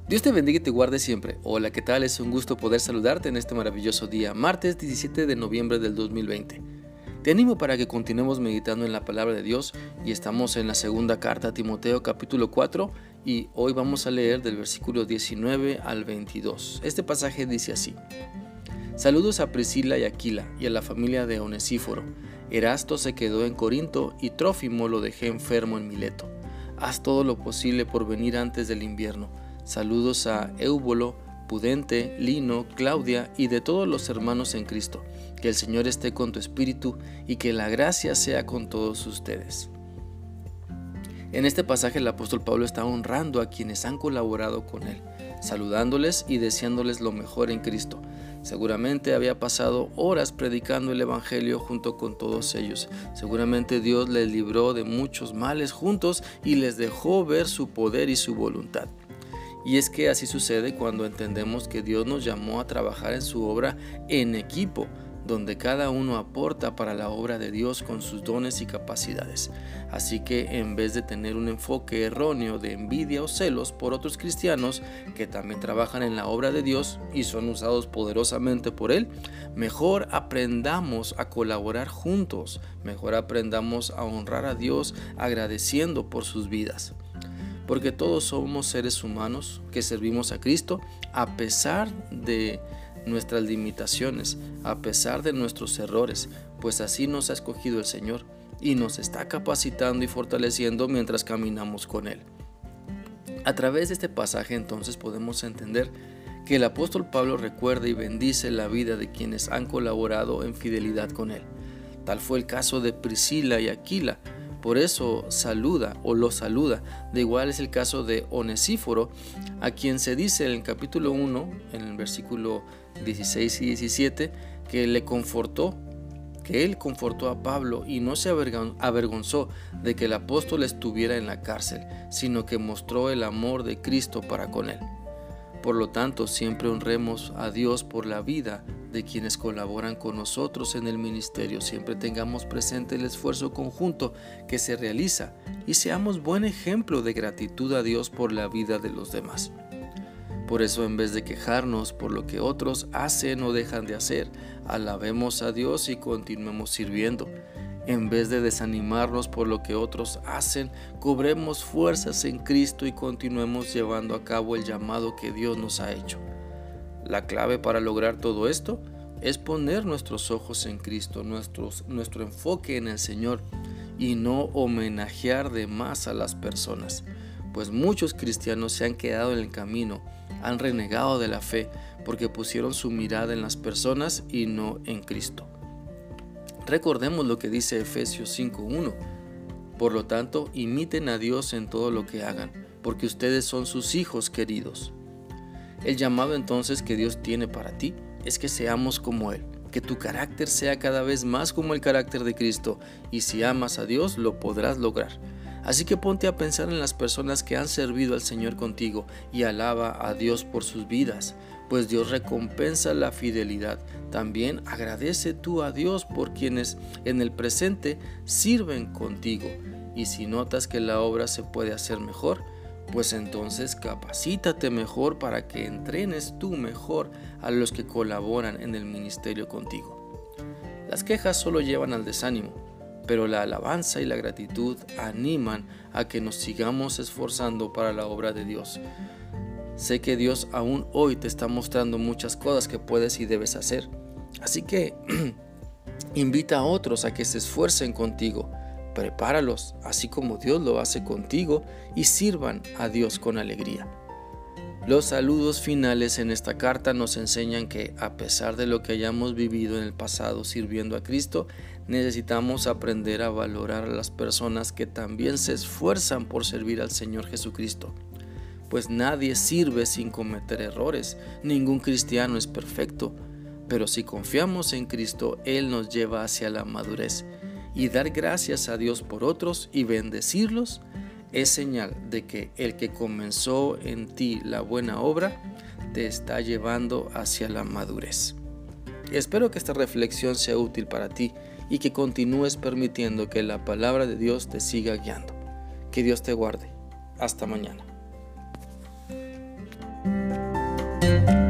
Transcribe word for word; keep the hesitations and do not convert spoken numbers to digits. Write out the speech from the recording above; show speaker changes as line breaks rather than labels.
Dios te bendiga y te guarde siempre. Hola, ¿qué tal? Es un gusto poder saludarte en este maravilloso día, martes diecisiete de noviembre del dos mil veinte. Te animo para que continuemos meditando en la palabra de Dios y estamos en la segunda carta a Timoteo capítulo cuatro y hoy vamos a leer del versículo diecinueve al veintidós. Este pasaje dice así: Saludos a Priscila y Aquila y a la familia de Onesíforo. Erasto se quedó en Corinto y Trófimo lo dejé enfermo en Mileto. Haz todo lo posible por venir antes del invierno. Saludos a Eubolo, Pudente, Lino, Claudia y de todos los hermanos en Cristo. Que el Señor esté con tu espíritu y que la gracia sea con todos ustedes. En este pasaje el apóstol Pablo está honrando a quienes han colaborado con él, saludándoles y deseándoles lo mejor en Cristo. Seguramente había pasado horas predicando el evangelio junto con todos ellos. Seguramente Dios les libró de muchos males juntos y les dejó ver su poder y su voluntad. Y es que así sucede cuando entendemos que Dios nos llamó a trabajar en su obra en equipo, donde cada uno aporta para la obra de Dios con sus dones y capacidades. Así que en vez de tener un enfoque erróneo de envidia o celos por otros cristianos que también trabajan en la obra de Dios y son usados poderosamente por Él, mejor aprendamos a colaborar juntos, mejor aprendamos a honrar a Dios agradeciendo por sus vidas. Porque todos somos seres humanos que servimos a Cristo a pesar de nuestras limitaciones, a pesar de nuestros errores, pues así nos ha escogido el Señor y nos está capacitando y fortaleciendo mientras caminamos con Él. A través de este pasaje entonces podemos entender que el apóstol Pablo recuerda y bendice la vida de quienes han colaborado en fidelidad con Él. Tal fue el caso de Priscila y Aquila. Por eso saluda o lo saluda. De igual es el caso de Onesíforo, a quien se dice en el capítulo uno, en el versículo dieciséis y diecisiete, que le confortó, que él confortó a Pablo y no se avergonzó de que el apóstol estuviera en la cárcel, sino que mostró el amor de Cristo para con él. Por lo tanto, siempre honremos a Dios por la vida de quienes colaboran con nosotros en el ministerio. Siempre tengamos presente el esfuerzo conjunto que se realiza y seamos buen ejemplo de gratitud a Dios por la vida de los demás. Por eso, en vez de quejarnos por lo que otros hacen o dejan de hacer, alabemos a Dios y continuemos sirviendo. En vez de desanimarnos por lo que otros hacen, cobremos fuerzas en Cristo y continuemos llevando a cabo el llamado que Dios nos ha hecho. La clave para lograr todo esto es poner nuestros ojos en Cristo, nuestros, nuestro enfoque en el Señor y no homenajear de más a las personas, pues muchos cristianos se han quedado en el camino, han renegado de la fe porque pusieron su mirada en las personas y no en Cristo. Recordemos lo que dice Efesios cinco uno. Por lo tanto, imiten a Dios en todo lo que hagan, porque ustedes son sus hijos queridos. El llamado entonces que Dios tiene para ti es que seamos como Él, que tu carácter sea cada vez más como el carácter de Cristo, y si amas a Dios lo podrás lograr. Así que ponte a pensar en las personas que han servido al Señor contigo y alaba a Dios por sus vidas, pues Dios recompensa la fidelidad. También agradece tú a Dios por quienes en el presente sirven contigo, y si notas que la obra se puede hacer mejor, pues entonces capacítate mejor para que entrenes tú mejor a los que colaboran en el ministerio contigo. Las quejas solo llevan al desánimo, pero la alabanza y la gratitud animan a que nos sigamos esforzando para la obra de Dios. Sé que Dios aún hoy te está mostrando muchas cosas que puedes y debes hacer, así que invita a otros a que se esfuercen contigo. Prepáralos, así como Dios lo hace contigo, y sirvan a Dios con alegría. Los saludos finales en esta carta nos enseñan que, a pesar de lo que hayamos vivido en el pasado sirviendo a Cristo, necesitamos aprender a valorar a las personas que también se esfuerzan por servir al Señor Jesucristo. Pues nadie sirve sin cometer errores, ningún cristiano es perfecto, pero si confiamos en Cristo, Él nos lleva hacia la madurez. Y dar gracias a Dios por otros y bendecirlos es señal de que el que comenzó en ti la buena obra te está llevando hacia la madurez. Espero que esta reflexión sea útil para ti y que continúes permitiendo que la palabra de Dios te siga guiando. Que Dios te guarde. Hasta mañana. Dios.